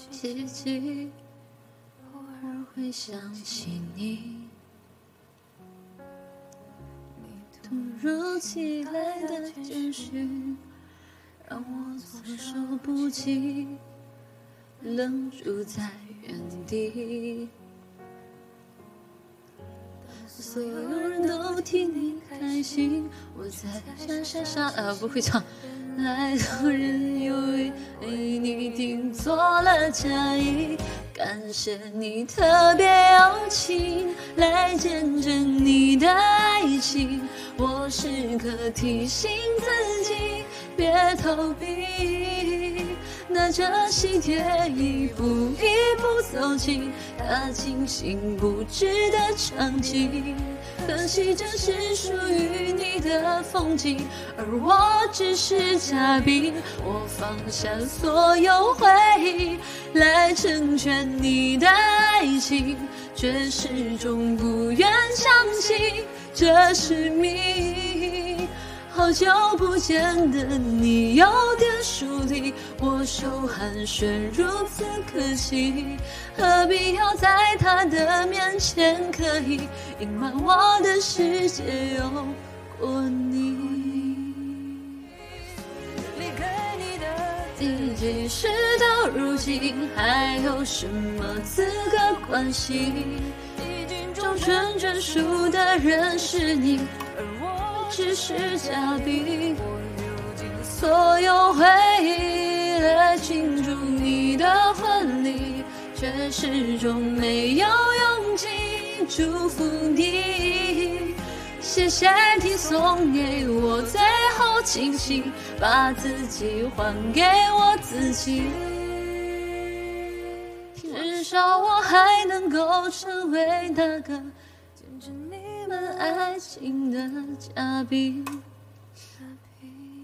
奇迹，偶尔会想起你。突如其来的简讯，让我措手不及，愣住在原地。所有人都替你开心，我在傻不会唱。太多人以为你听错了假意，感谢你特别邀请来见证你的爱情。我时刻提醒自己别逃避，拿着喜帖一步一步走进他精心布置的场景。可惜这是属于你的风景，而我只是嘉宾。我放下所有回忆来成全你的爱情，却始终不愿相信这是命。好久不见的你有点疏离，我受寒暄如此可惜，何必要在他的面前刻意隐瞒我的世界有过你。离开你的即使到如今，还有什么资格关心？已经终成眷属的人是你，而我只是嘉宾。我用尽所有回忆来庆祝你的婚礼，却始终没有勇气祝福你。谢谢你送给我最后清醒，把自己还给我自己。至少我还能够成为那个见证你们爱情的嘉宾。